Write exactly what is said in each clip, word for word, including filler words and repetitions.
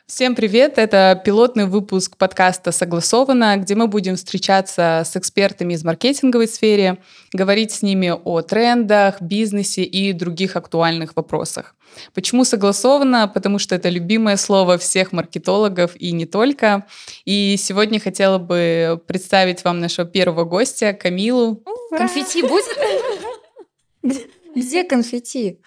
Всем привет! Это пилотный выпуск подкаста «Согласовано», где мы будем встречаться с экспертами из маркетинговой сферы, говорить с ними о трендах, бизнесе и других актуальных вопросах. Почему «согласовано»? Потому что это любимое слово всех маркетологов и не только. И сегодня хотела бы представить вам нашего первого гостя, Камилу. Конфетти будет? Где конфетти?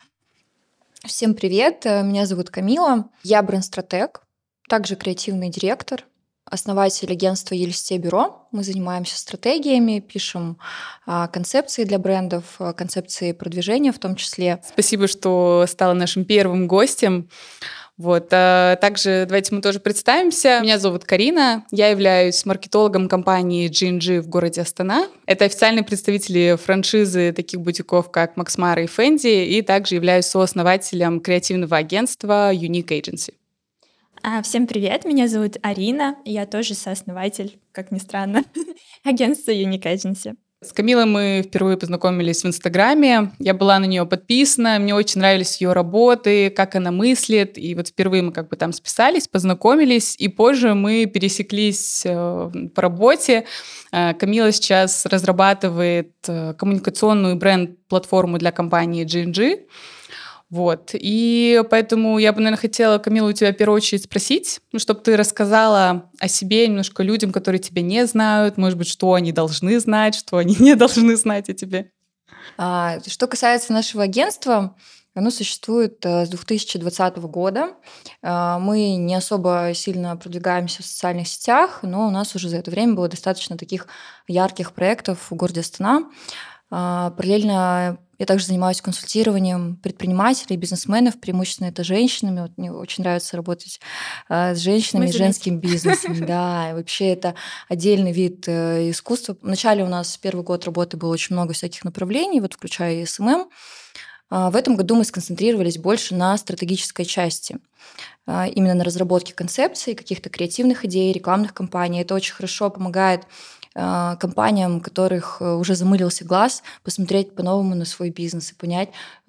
Всем привет, меня зовут Камила, я бренд-стратег, также креативный директор, основатель агентства Елисте Бюро. Мы занимаемся стратегиями, пишем а, концепции для брендов, а, концепции продвижения в том числе. Спасибо, что стала нашим первым гостем. Вот. А также давайте мы тоже представимся. Меня зовут Карина, я являюсь маркетологом компании джи энд джи в городе Астана. Это официальные представители франшизы таких бутиков, как Max Mara и Fendi, и также являюсь сооснователем креативного агентства Unique Agency. Всем привет, меня зовут Арина, я тоже сооснователь, как ни странно, агентства Unique Agency. С Камилой мы впервые познакомились в Инстаграме, я была на нее подписана, мне очень нравились ее работы, как она мыслит, и вот впервые мы как бы там списались, познакомились, и позже мы пересеклись э, по работе. Э, Камила сейчас разрабатывает э, коммуникационную бренд-платформу для компании джи энд джи. Вот, и поэтому я бы, наверное, хотела, Камила, у тебя в первую очередь спросить, ну, чтобы ты рассказала о себе немножко людям, которые тебя не знают, может быть, что они должны знать, что они не должны знать о тебе. А, что касается нашего агентства, оно существует с две тысячи двадцатого года. Мы не особо сильно продвигаемся в социальных сетях, но у нас уже за это время было достаточно таких ярких проектов в городе Астана. Параллельно я также занимаюсь консультированием предпринимателей, бизнесменов, преимущественно это женщинами. Вот мне очень нравится работать с женщинами, с женским бизнесом. Да, и вообще это отдельный вид искусства. Вначале у нас первый год работы было очень много всяких направлений, вот включая и эс эм эм. В этом году мы сконцентрировались больше на стратегической части, именно на разработке концепций, каких-то креативных идей, рекламных кампаний. Это очень хорошо помогает компаниям, у которых уже замылился глаз, посмотреть по-новому на свой бизнес и понять,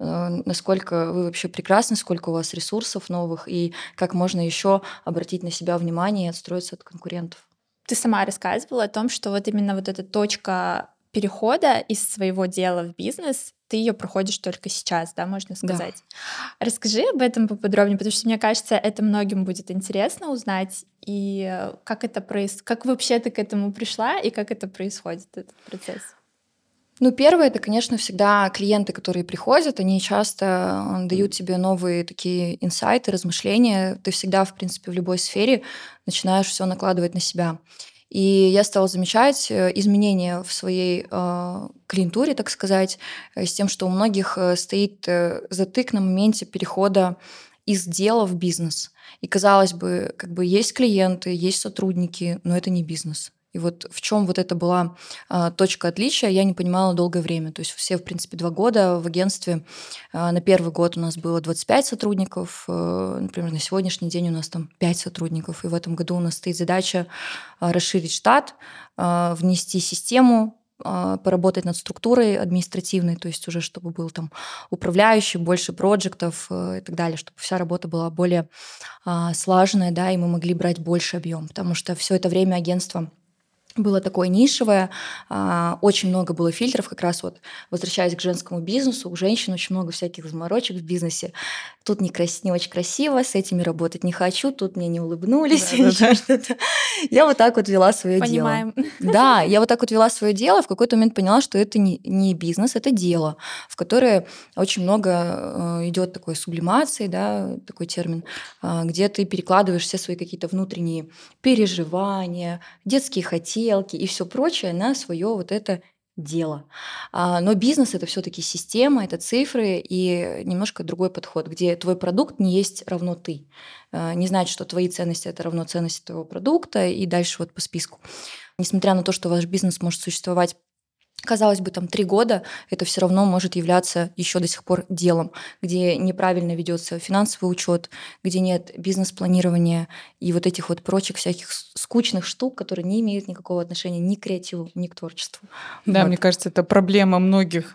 насколько вы вообще прекрасны, сколько у вас ресурсов новых и как можно еще обратить на себя внимание и отстроиться от конкурентов. Ты сама рассказывала о том, что вот именно вот эта точка перехода из своего дела в бизнес, ты ее проходишь только сейчас, да, можно сказать. Да. Расскажи об этом поподробнее, потому что, мне кажется, это многим будет интересно узнать, и как это происходит, как вообще ты к этому пришла, и как это происходит, этот процесс. Ну, первое, это, конечно, всегда клиенты, которые приходят, они часто дают тебе новые такие инсайты, размышления. Ты всегда, в принципе, в любой сфере начинаешь все накладывать на себя. И я стала замечать изменения в своей э, клиентуре, так сказать, с тем, что у многих стоит затык на моменте перехода из дела в бизнес. И, казалось бы, как бы есть клиенты, есть сотрудники, но это не бизнес. И вот в чем вот это была а, точка отличия, я не понимала долгое время. То есть все, в принципе, два года в агентстве. А, на первый год у нас было двадцать пять сотрудников. А, например, на сегодняшний день у нас там пять сотрудников. И в этом году у нас стоит задача а, расширить штат, а, внести систему, поработать над структурой административной, то есть уже чтобы был там управляющий, больше проектов и так далее, чтобы вся работа была более а, слаженная, да, и мы могли брать больше объем, потому что все это время агентство было такое нишевое, очень много было фильтров, как раз вот возвращаясь к женскому бизнесу, у женщин очень много всяких заморочек в бизнесе. Тут не, крас... не очень красиво, с этими работать не хочу, тут мне не улыбнулись, да, да, что-то. Я вот так вот вела свое дело. Да, я вот так вот вела свое дело, в какой-то момент поняла, что это не, не бизнес, это дело, в которое очень много идет такой сублимации, да, такой термин, где ты перекладываешь все свои какие-то внутренние переживания, детские хотелки, и все прочее на свое вот это дело. Но бизнес — это все-таки система, это цифры и немножко другой подход, где твой продукт не есть равно ты. Не значит, что твои ценности — это равно ценности твоего продукта, и дальше вот по списку. Несмотря на то, что ваш бизнес может существовать, казалось бы, там три года, это все равно может являться еще до сих пор делом, где неправильно ведется финансовый учет, где нет бизнес-планирования и вот этих вот прочих всяких скучных штук, которые не имеют никакого отношения ни к креативу, ни к творчеству. Да, вот. Мне кажется, это проблема многих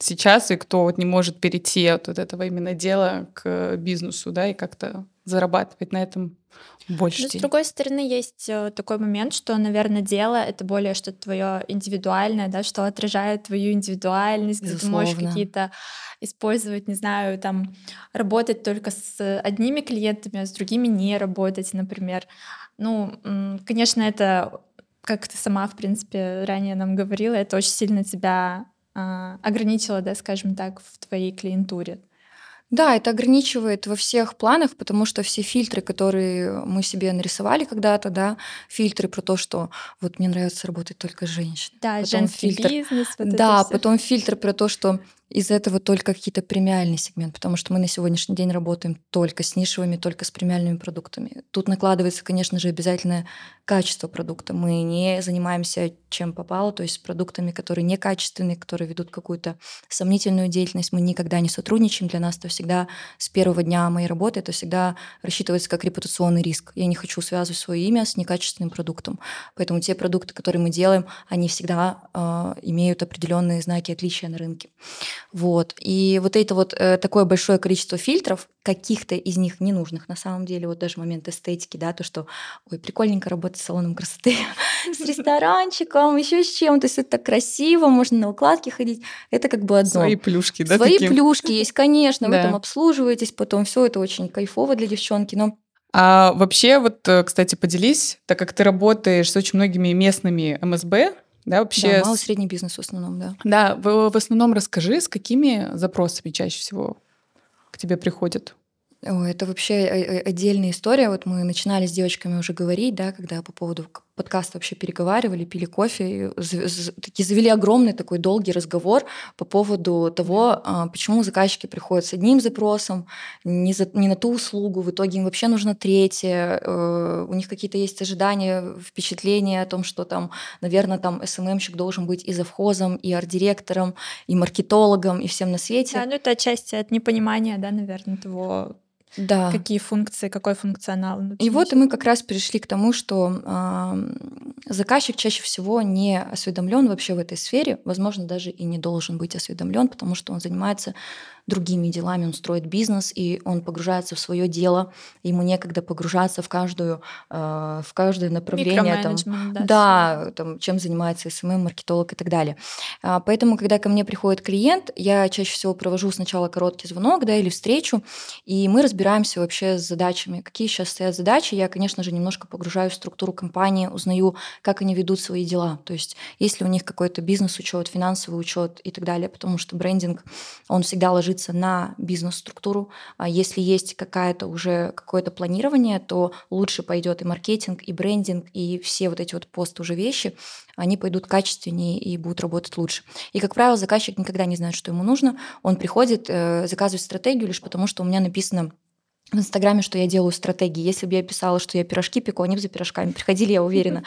сейчас и кто вот не может перейти от вот этого именно дела к бизнесу, да, и как-то зарабатывать на этом больше Но с денег. другой стороны, есть э, такой момент, что, наверное, дело это более что-то твое индивидуальное, да, что отражает твою индивидуальность, где ты можешь Безусловно. какие-то использовать, не знаю, там, работать только с одними клиентами, а с другими не работать, например. Ну, м, конечно, это, как ты сама, в принципе, ранее нам говорила, это очень сильно тебя а, ограничило, да, скажем так, в твоей клиентуре. Да, это ограничивает во всех планах, потому что все фильтры, которые мы себе нарисовали когда-то, да, фильтры про то, что вот мне нравится работать только с женщинами, Да, потом женский фильтр, бизнес, вот это да, все. потом фильтр про то, что из этого только какие-то премиальный сегмент, потому что мы на сегодняшний день работаем только с нишевыми, только с премиальными продуктами. Тут накладывается, конечно же, обязательное качество продукта. Мы не занимаемся чем попало, то есть с продуктами, которые некачественные, которые ведут какую-то сомнительную деятельность, мы никогда не сотрудничаем. Для нас это всегда с первого дня моей работы, это всегда рассчитывается как репутационный риск. Я не хочу связывать свое имя с некачественным продуктом. Поэтому те продукты, которые мы делаем, они всегда э, имеют определенные знаки отличия на рынке. Вот. И вот это вот э, такое большое количество фильтров, каких-то из них ненужных на самом деле, вот даже момент эстетики, да, то, что, ой, прикольненько работать с салоном красоты, с ресторанчиком, еще с чем, то есть это так красиво, можно на укладке ходить, это как бы Свои одно. плюшки, да, Свои такие? плюшки есть, конечно, вы там Да. обслуживаетесь, потом все это очень кайфово для девчонки, но А вообще, вот, э, кстати, поделись, так как ты работаешь с очень многими местными эм эс бэ, да, да, вообще, малый с- средний бизнес в основном, да. да, в, в основном расскажи, с какими запросами чаще всего к тебе приходят? Ой, это вообще о- о- отдельная история. Вот мы начинали с девочками уже говорить, да, когда по поводу к- подкаста вообще переговаривали, пили кофе, и з- з- таки завели огромный такой долгий разговор по поводу того, а, почему заказчики приходят с одним запросом, не, за- не на ту услугу, в итоге им вообще нужно третье, э, у них какие-то есть ожидания, впечатления о том, что там, наверное, там эс эм эм-щик должен быть и завхозом, и арт-директором, и маркетологом, и всем на свете. Да, ну это отчасти от непонимания, да, наверное, того, Да, какие функции, какой функционал и нужно вот и носить. мы как раз перешли к тому, что ам, заказчик чаще всего не осведомлен вообще в этой сфере, возможно, даже и не должен быть осведомлен, потому что он занимается другими делами, он строит бизнес, и он погружается в свое дело, ему некогда погружаться в каждую, э, в каждое направление, там, Микроменеджмент, да, свой. да, там, чем занимается эс эм эм, маркетолог и так далее. А, Поэтому, когда ко мне приходит клиент, я чаще всего провожу сначала короткий звонок, да, или встречу, и мы разбираемся вообще с задачами. Какие сейчас стоят задачи? Я, конечно же, немножко погружаюсь в структуру компании, узнаю, как они ведут свои дела. То есть, есть ли у них какой-то бизнес-учет, финансовый учет и так далее, потому что брендинг, он всегда ложится на бизнес-структуру. А если есть какая-то уже какое-то планирование, то лучше пойдет и маркетинг, и брендинг, и все вот эти вот пост уже вещи, они пойдут качественнее и будут работать лучше. И, как правило, заказчик никогда не знает, что ему нужно. Он приходит, э, заказывает стратегию лишь потому, что у меня написано в Инстаграме, что я делаю стратегии. Если бы я писала, что я пирожки пеку, они бы за пирожками приходили, я уверена.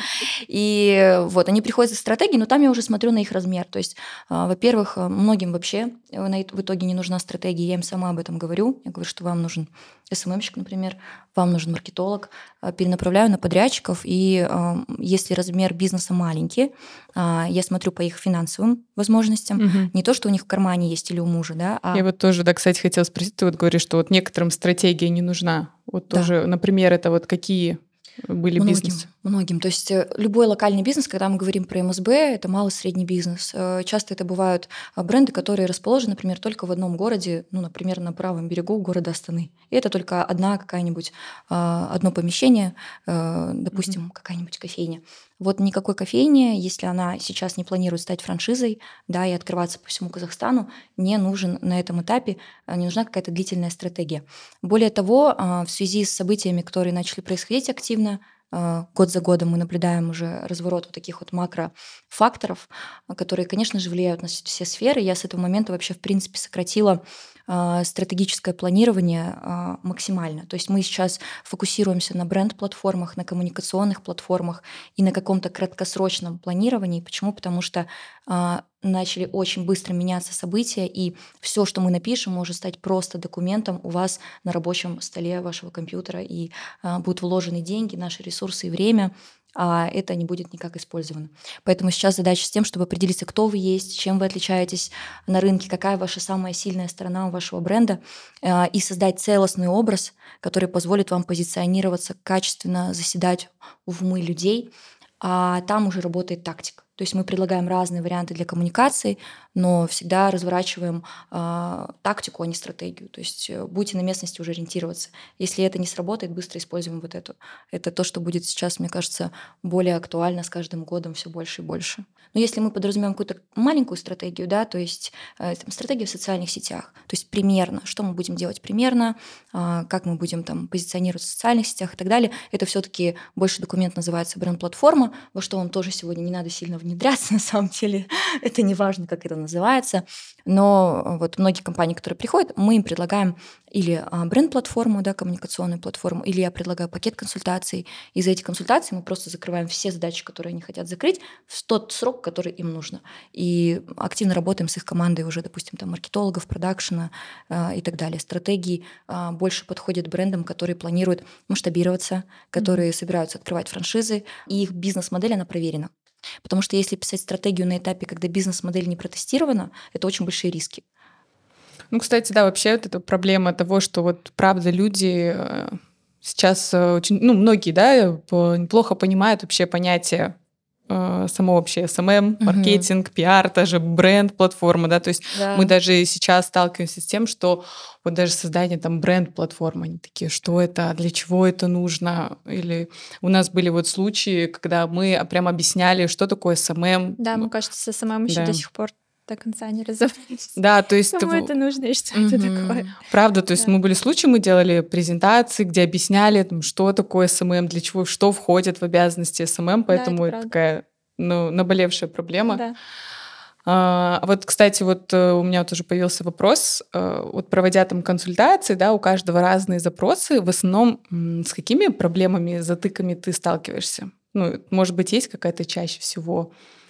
И вот они приходят за стратегией, но там я уже смотрю на их размер. То есть, а, во-первых, а, многим вообще э, на ит- в итоге не нужна стратегия. Я им сама об этом говорю. Я говорю, что вам нужен эс эм эм-щик, например, вам нужен маркетолог. А, Перенаправляю на подрядчиков. И а, если размер бизнеса маленький, а, я смотрю по их финансовым возможностям. Мгм. Не то, что у них в кармане есть или у мужа, да, а Я вот тоже, да, кстати, хотела спросить, ты вот говоришь, что вот некоторым стратегия не нужна. Вот да. тоже, например, это вот какие были Многим, бизнесы? многим. То есть э, любой локальный бизнес, когда мы говорим про эм эс бэ, это малый-средний бизнес. Э, Часто это бывают а, бренды, которые расположены, например, только в одном городе, ну, например, на правом берегу города Астаны. И это только одна какая-нибудь, а, одно помещение, э, Мгм. допустим, какая-нибудь кофейня. Вот никакой кофейни, если она сейчас не планирует стать франшизой, да, и открываться по всему Казахстану, не нужен на этом этапе, а, не нужна какая-то длительная стратегия. Более того, а, в связи с событиями, которые начали происходить активно, а, год за годом мы наблюдаем уже разворот вот таких вот макрофакторов, а, которые, конечно же, влияют на с- все сферы. Я с этого момента вообще, в принципе, сократила а, стратегическое планирование а, максимально. То есть мы сейчас фокусируемся на бренд-платформах, на коммуникационных платформах и на каком-то краткосрочном планировании. Почему? Потому что а, начали очень быстро меняться события, и все, что мы напишем, может стать просто документом у вас на рабочем столе вашего компьютера, и а, будут вложены деньги, наши ресурсы и время а это не будет никак использовано. Поэтому сейчас задача с тем, чтобы определиться, кто вы есть, чем вы отличаетесь на рынке, какая ваша самая сильная сторона у вашего бренда, э, и создать целостный образ, который позволит вам позиционироваться, качественно заседать в умы людей, а там уже работает тактика. То есть мы предлагаем разные варианты для коммуникации, но всегда разворачиваем э, тактику, а не стратегию. То есть э, будете на местности уже ориентироваться. Если это не сработает, быстро используем вот эту. Это то, что будет сейчас, мне кажется, более актуально с каждым годом все больше и больше. Но если мы подразумеваем какую-то маленькую стратегию, да, то есть э, там, стратегия в социальных сетях, то есть примерно, что мы будем делать примерно, э, как мы будем там позиционироваться в социальных сетях и так далее, это все-таки больше документ называется бренд-платформа, во что вам тоже сегодня не надо сильно внедряться, на самом деле, это не важно, как это называется, но вот многие компании, которые приходят, мы им предлагаем или а, бренд-платформу, да, коммуникационную платформу, или я предлагаю пакет консультаций, и за эти консультации мы просто закрываем все задачи, которые они хотят закрыть, в тот срок, который им нужно, и активно работаем с их командой уже, допустим, там, маркетологов, продакшена а, и так далее. Стратегии а, больше подходят брендам, которые планируют масштабироваться, которые mm-hmm. собираются открывать франшизы, и их бизнес-модель, она проверена. Потому что если писать стратегию на этапе, когда бизнес-модель не протестирована, это очень большие риски. Ну, кстати, да, вообще вот эта проблема того, что вот правда люди сейчас очень, ну, многие, да, неплохо понимают вообще понятие само вообще эс эм эм, угу. маркетинг, пиар, даже бренд, платформа, да, то есть да. мы даже сейчас сталкиваемся с тем, что вот даже создание там бренд-платформы, они такие, что это, для чего это нужно, или у нас были вот случаи, когда мы прям объясняли, что такое эс эм эм. Да, мне кажется, с эс эм эм еще да. до сих пор до конца не разобрались. Да, то есть... Кому это нужно и что это такое. Правда, то есть да. мы были случаи, мы делали презентации, где объясняли, там, что такое эс эм эм, для чего, что входит в обязанности эс эм эм, поэтому да, это, это такая ну, наболевшая проблема. Да. А, вот, кстати, вот у меня тоже появился вопрос. Вот проводя там консультации, да, у каждого разные запросы. В основном с какими проблемами, затыками ты сталкиваешься? Ну, может быть, есть какая-то чаще всего...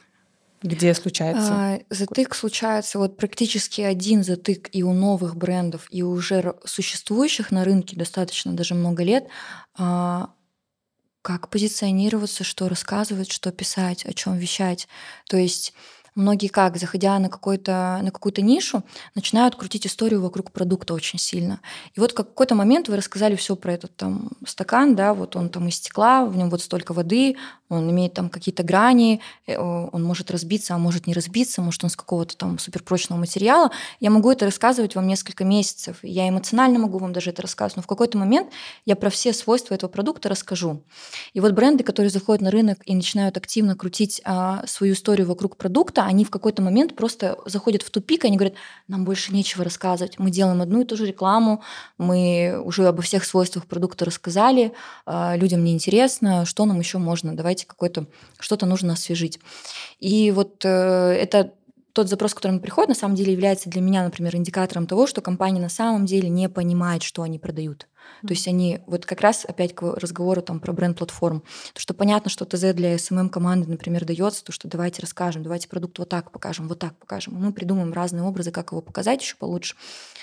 Где случается? А, затык случается вот практически один затык и у новых брендов, и уже существующих на рынке достаточно даже много лет. А, как позиционироваться, что рассказывать, что писать, о чем вещать. То есть многие как, заходя на, какой-то, на какую-то нишу, начинают крутить историю вокруг продукта очень сильно. И вот в какой-то момент вы рассказали все про этот там стакан, да, вот он там из стекла, в нем вот столько воды, он имеет там какие-то грани, он может разбиться, а может не разбиться, может он с какого-то там суперпрочного материала. Я могу это рассказывать вам несколько месяцев, я эмоционально могу вам даже это рассказывать, но в какой-то момент я про все свойства этого продукта расскажу. И вот бренды, которые заходят на рынок и начинают активно крутить а, свою историю вокруг продукта, они в какой-то момент просто заходят в тупик, и они говорят, нам больше нечего рассказывать, мы делаем одну и ту же рекламу, мы уже обо всех свойствах продукта рассказали, а, людям неинтересно, что нам еще можно, давайте какое-то, что-то нужно освежить. И вот э, это тот запрос, который приходит, на самом деле является для меня, например, индикатором того, что компания на самом деле не понимает, что они продают. Mm-hmm. То есть они, вот как раз опять к разговору там, про бренд-платформ, то, что понятно, что ТЗ для эс эм эм-команды, например, дается, то, что давайте расскажем, давайте продукт вот так покажем, вот так покажем. Мы придумаем разные образы, как его показать еще получше.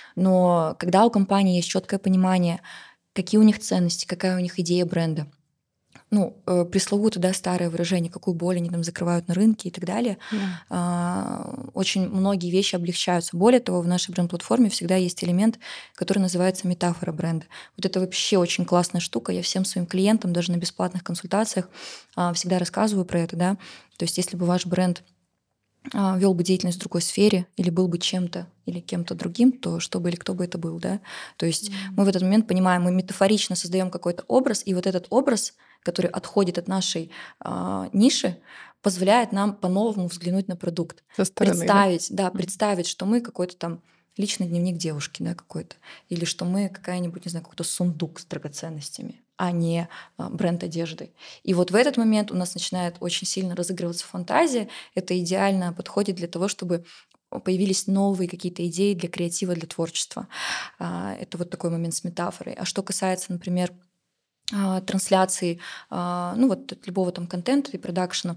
Но когда у компании есть четкое понимание, какие у них ценности, какая у них идея бренда, ну, э, пресловутое, да, старое выражение, какую боль они там закрывают на рынке и так далее, yeah. а, очень многие вещи облегчаются. Более того, в нашей бренд-платформе всегда есть элемент, который называется метафора бренда. Вот это вообще очень классная штука. Я всем своим клиентам, даже на бесплатных консультациях, а, всегда рассказываю про это, да. То есть если бы ваш бренд вел бы деятельность в другой сфере или был бы чем-то или кем-то другим, то что бы или кто бы это был, да. То есть mm-hmm. мы в этот момент понимаем, мы метафорично создаем какой-то образ, и вот этот образ, который отходит от нашей а, ниши, позволяет нам по-новому взглянуть на продукт. Со стороны, представить, да, да, mm-hmm. представить, что мы какой-то там личный дневник девушки, да, какой-то, или что мы какая-нибудь, не знаю, какой-то сундук с драгоценностями, а не а, бренд одежды. И вот в этот момент у нас начинает очень сильно разыгрываться фантазия. Это идеально подходит для того, чтобы появились новые какие-то идеи для креатива, для творчества. А, это вот такой момент с метафорой. А что касается, например, трансляции, ну вот от любого там контента и продакшена,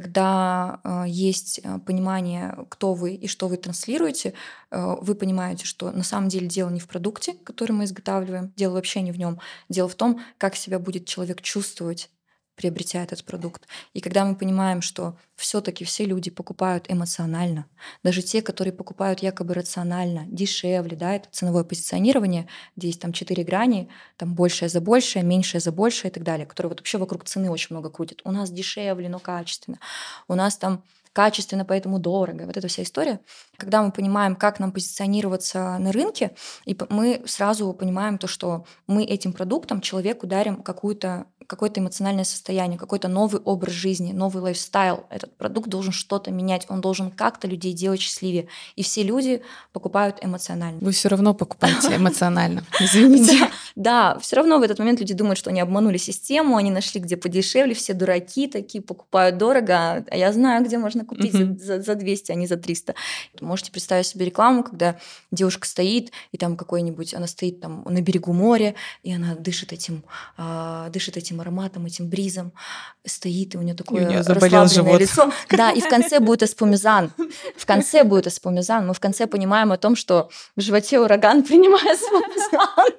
когда есть понимание, кто вы и что вы транслируете, вы понимаете, что на самом деле дело не в продукте, который мы изготавливаем, дело вообще не в нем, дело в том, как себя будет человек чувствовать приобретя этот продукт. И когда мы понимаем, что все-таки все люди покупают эмоционально, даже те, которые покупают якобы рационально, дешевле, да, это ценовое позиционирование, где есть там четыре грани, там большее за большее, меньшее за большее и так далее, которые вот вообще вокруг цены очень много крутят. У нас дешевле, но качественно. У нас там качественно, поэтому дорого. Вот эта вся история. Когда мы понимаем, как нам позиционироваться на рынке, и мы сразу понимаем то, что мы этим продуктом человеку дарим какую-то какое-то эмоциональное состояние, какой-то новый образ жизни, новый лайфстайл. Этот продукт должен что-то менять, он должен как-то людей делать счастливее. И все люди покупают эмоционально. Вы все равно покупаете эмоционально. Извините. Да, все равно в этот момент люди думают, что они обманули систему, они нашли где подешевле, все дураки такие, покупают дорого, а я знаю, где можно купить Мгм. за, за, за двести, а не за триста. Можете представить себе рекламу, когда девушка стоит, и там какой-нибудь, она стоит там на берегу моря, и она дышит этим, а, дышит этим ароматом, этим бризом, стоит, и у нее такое неё заболел расслабленное живот. лицо. Да, и в конце будет эспумизан. В конце будет эспумизан. Мы в конце понимаем о том, что в животе ураган, принимая эспумизан.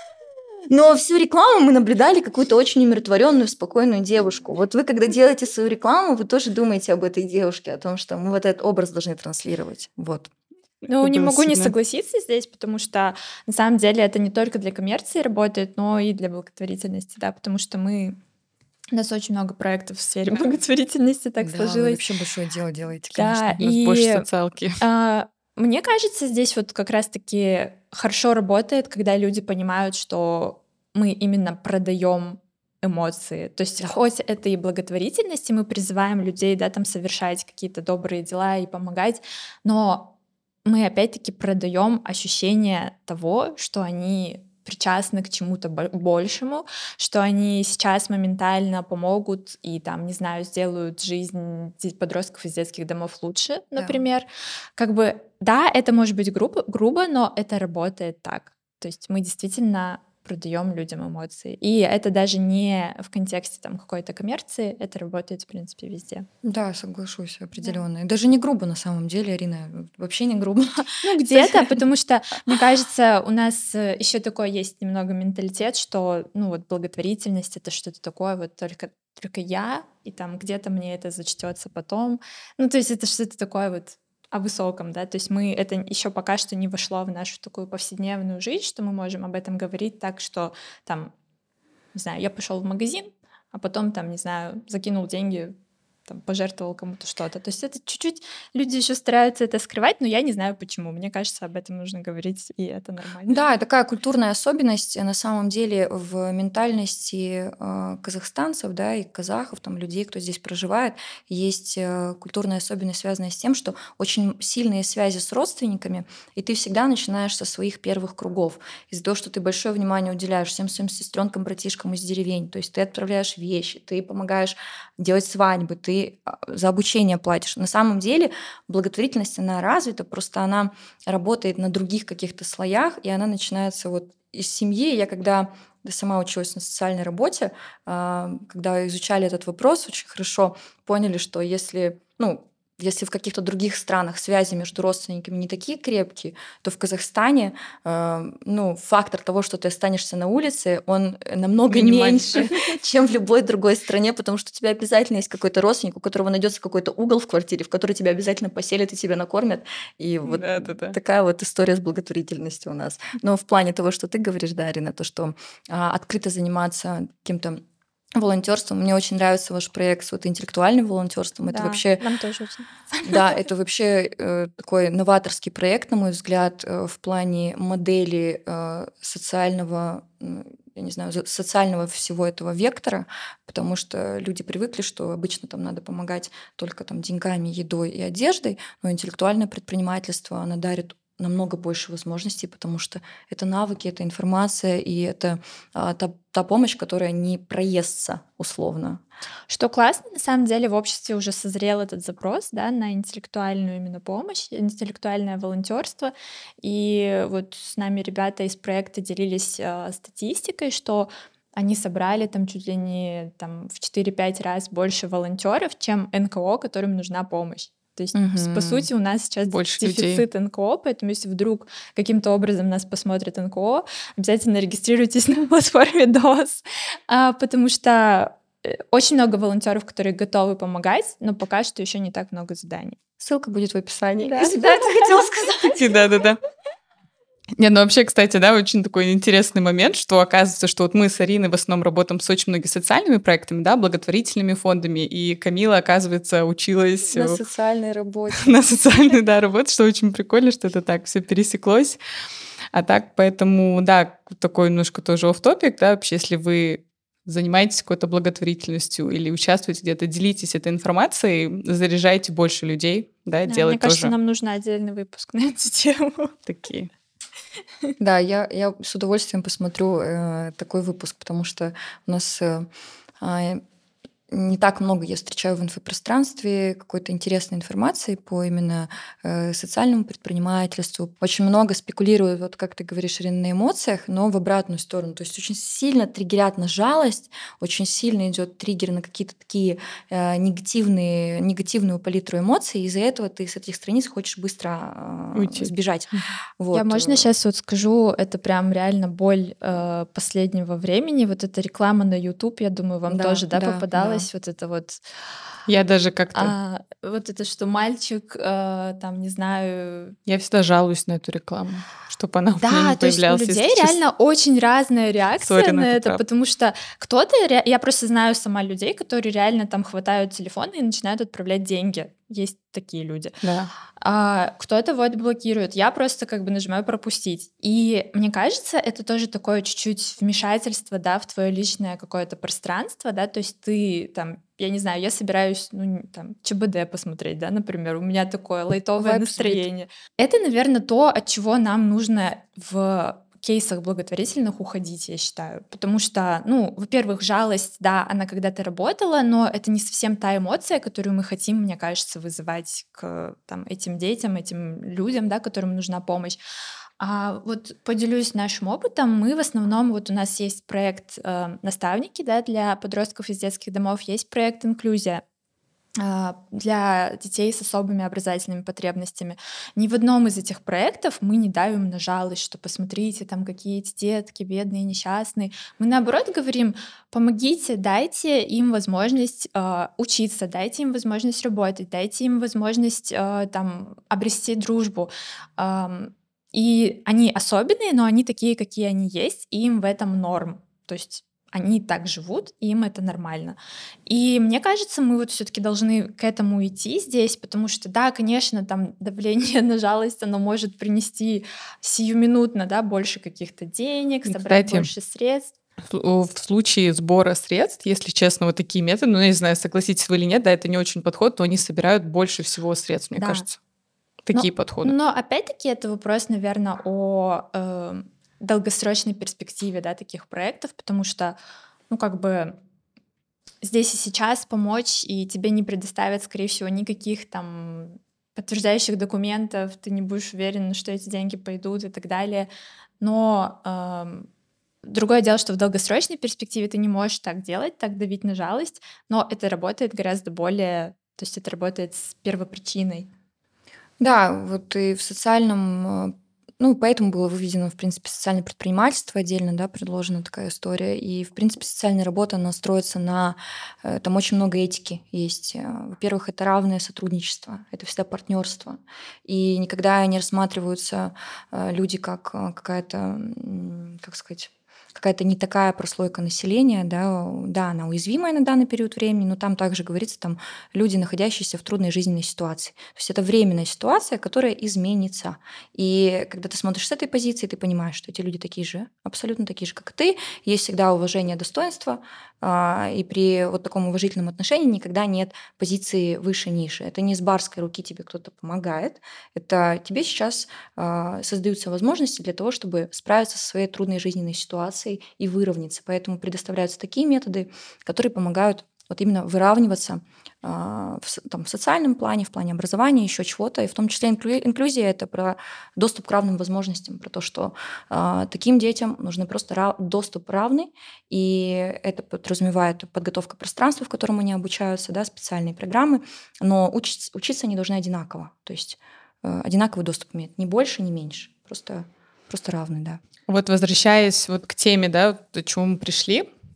Но всю рекламу мы наблюдали какую-то очень умиротворенную, спокойную девушку. Вот вы, когда делаете свою рекламу, вы тоже думаете об этой девушке, о том, что мы вот этот образ должны транслировать. Вот. Ну, Это не могу не сильно. согласиться здесь, потому что на самом деле это не только для коммерции работает, но и для благотворительности, да, потому что мы у нас очень много проектов в сфере благотворительности, так Да, вы сложилось. вообще большое дело делаете, Да, конечно. У нас больше и социалки. а, мне кажется, здесь вот как раз-таки хорошо работает, когда люди понимают, что мы именно продаем эмоции. То есть Да. хоть это и благотворительность, и мы призываем людей, да, там совершать какие-то добрые дела и помогать, но мы опять-таки продаем ощущение того, что они причастны к чему-то бо- большему, что они сейчас моментально помогут и там, не знаю, сделают жизнь де- подростков из детских домов лучше, Да. например. Как бы, да, это может быть грубо, грубо, но это работает так. То есть мы действительно продаем людям эмоции. И это даже не в контексте там какой-то коммерции, это работает, в принципе, везде. Да, соглашусь определенно. И даже не грубо на самом деле, Арина, вообще не грубо. Ну, где-то, потому что, мне кажется, у нас еще такой есть немного менталитет, что, ну, вот благотворительность — это что-то такое, вот только, только я, и там где-то мне это зачтется потом. Ну, то есть это что-то такое вот о высоком, да, то есть мы, это еще пока что не вошло в нашу такую повседневную жизнь, что мы можем об этом говорить так, что там, не знаю, я пошел в магазин, а потом там, не знаю, закинул деньги, там, пожертвовал кому-то что-то. То есть это чуть-чуть люди еще стараются это скрывать, но я не знаю почему. Мне кажется, об этом нужно говорить, и это нормально. Да, и такая культурная особенность э, на самом деле в ментальности э, казахстанцев, да, и казахов, там, людей, кто здесь проживает, есть э, культурная особенность, связанная с тем, что очень сильные связи с родственниками, и ты всегда начинаешь со своих первых кругов. Из-за того, что ты большое внимание уделяешь всем своим сестренкам, братишкам из деревень, то есть ты отправляешь вещи, ты помогаешь делать свадьбы, ты а, за обучение платишь. На самом деле благотворительность, она развита, просто она работает на других каких-то слоях, и она начинается вот из семьи. Я когда сама училась на социальной работе, а, когда изучали этот вопрос, очень хорошо поняли, что если, ну, если в каких-то других странах связи между родственниками не такие крепкие, то в Казахстане э, ну, фактор того, что ты останешься на улице, он намного Минимальный. меньше, чем в любой другой стране, потому что у тебя обязательно есть какой-то родственник, у которого найдется какой-то угол в квартире, в который тебя обязательно поселят и тебя накормят. И вот Да-да-да. такая вот история с благотворительностью у нас. Но в плане того, что ты говоришь, да, Арина, то, что а, открыто заниматься каким-то волонтерством. Мне очень нравится ваш проект с вот интеллектуальным волонтерством. Это Да, вообще, нам тоже очень. да, это вообще э, такой новаторский проект, на мой взгляд, э, в плане модели э, социального, м, я не знаю, за- социального всего этого вектора, потому что люди привыкли, что обычно там надо помогать только там деньгами, едой и одеждой, но интеллектуальное предпринимательство, оно дарит намного больше возможностей, потому что это навыки, это информация, и это а, та, та помощь, которая не проестся условно. Что классно, на самом деле в обществе уже созрел этот запрос, да, на интеллектуальную именно помощь, интеллектуальное волонтерство. И вот с нами ребята из проекта делились э, статистикой, что они собрали там чуть ли не там, в четыре-пять раз больше волонтеров, чем эн ка о, которым нужна помощь. То есть, Мгм. по сути, у нас сейчас Больше людей. дефицит эн ка о, поэтому если вдруг каким-то образом нас посмотрит эн ка о, обязательно регистрируйтесь на платформе дос, а, потому что очень много волонтеров, которые готовы помогать, но пока что еще не так много заданий. Ссылка будет в описании. Да. Я всегда это хотела сказать. Да-да-да. Не, ну вообще, кстати, да, очень такой интересный момент, что оказывается, что вот мы с Ариной в основном работаем с очень многими социальными проектами, да, благотворительными фондами, и Камила, оказывается, училась На социальной работе. на социальной, да, работе, что очень прикольно, что это так все пересеклось. А так, поэтому, да, такой немножко тоже офф-топик, да, вообще, если вы занимаетесь какой-то благотворительностью или участвуете где-то, делитесь этой информацией, заряжайте больше людей, да, Да, делать мне кажется, тоже нам нужен отдельный выпуск на эту тему. такие. Да, я, я с удовольствием посмотрю э, такой выпуск, потому что у нас э, а, не так много я встречаю в инфопространстве какой-то интересной информации по именно э, социальному предпринимательству. Очень много спекулируют, вот как ты говоришь, Ирина, на эмоциях, но в обратную сторону. То есть очень сильно триггерят на жалость, очень сильно идет триггер на какие-то такие э, негативные, негативную палитру эмоций, и из-за этого ты с этих страниц хочешь быстро э, Уйти. сбежать. Мгм. Вот. Я, можно э, сейчас вот скажу, это прям реально боль э, последнего времени. Вот эта реклама на YouTube, я думаю, вам Да, тоже, да, да, попадалась. Вот это вот, Я даже как-то... а, вот это, что мальчик, э, там, не знаю. Я всегда жалуюсь на эту рекламу, чтобы она у меня Да, не то есть у появлялась, людей если честно. реально очень разная реакция Сори, но на это это, правда. потому что кто-то, ре- я просто знаю сама людей, которые реально там хватают телефон и начинают отправлять деньги. Есть такие люди. Да. А кто-то вот блокирует. Я просто как бы нажимаю пропустить. И мне кажется, это тоже такое чуть-чуть вмешательство, да, в твое личное какое-то пространство, да, то есть ты там, я не знаю, я собираюсь, ну, не- там, ЧБД посмотреть, да, например, у меня такое лайтовое Вайб настроение. Это, наверное, то, от чего нам нужно в кейсах благотворительных уходить, я считаю. Потому что, ну, во-первых, жалость, да, она когда-то работала, но это не совсем та эмоция, которую мы хотим, мне кажется, вызывать к там, этим детям, этим людям, да, которым нужна помощь. А вот поделюсь нашим опытом. Мы в основном, вот у нас есть проект э, «Наставники», да, для подростков из детских домов, есть проект «Инклюзия» а, для детей с особыми образовательными потребностями. Ни в одном из этих проектов мы не давим на жалость, что посмотрите, там какие эти детки бедные, несчастные. Мы наоборот говорим, помогите, дайте им возможность э, учиться, дайте им возможность работать, дайте им возможность э, там обрести дружбу. Ам, и они особенные, но они такие, какие они есть, и им в этом норм. То есть они так живут, и им это нормально. И мне кажется, мы вот все-таки должны к этому идти здесь, потому что, да, конечно, там давление на жалость, оно может принести сиюминутно, да, больше каких-то денег, И, собрать кстати, больше средств. В в случае сбора средств, если честно, вот такие методы, ну, я не знаю, согласитесь вы или нет, да, это не очень подход, но они собирают больше всего средств, мне Да. кажется. Но, Такие подходы. но опять-таки это вопрос, наверное, о э, долгосрочной перспективе, да, таких проектов, потому что, ну, как бы здесь и сейчас помочь, и тебе не предоставят, скорее всего, никаких там подтверждающих документов, ты не будешь уверен, что эти деньги пойдут и так далее. Но эм, другое дело, что в долгосрочной перспективе ты не можешь так делать, так давить на жалость, но это работает гораздо более, то есть это работает с первопричиной. Да, вот и в социальном, э, ну, поэтому было выведено, в принципе, социальное предпринимательство отдельно, да, предложена такая история. И, в принципе, социальная работа, она строится на... э, Там очень много этики есть. Э, Во-первых, это равное сотрудничество, это всегда партнерство. И никогда не рассматриваются э, люди как э, какая-то, м, как сказать, какая-то не такая прослойка населения, да, да, она уязвимая на данный период времени, но там также говорится, там люди, находящиеся в трудной жизненной ситуации. То есть это временная ситуация, которая изменится. И когда ты смотришь с этой позиции, ты понимаешь, что эти люди такие же, абсолютно такие же, как и ты. Есть всегда уважение, достоинство, а, и при вот таком уважительном отношении никогда нет позиции выше-ниже. Это не с барской руки тебе кто-то помогает, это тебе сейчас а, создаются возможности для того, чтобы справиться со своей трудной жизненной ситуацией и выровняться. Поэтому предоставляются такие методы, которые помогают вот именно выравниваться а, в, с- там, в социальном плане, в плане образования, еще чего-то. И в том числе инклю- инклюзия — это про доступ к равным возможностям, про то, что а, таким детям нужен просто ра- доступ равный, и это подразумевает подготовка пространства, в котором они обучаются, да, специальные программы, но учиться, учиться они должны одинаково, то есть э, одинаковый доступ иметь, ни больше, ни меньше, просто, просто равный, да. Вот возвращаясь вот к теме, да, вот к чему мы пришли,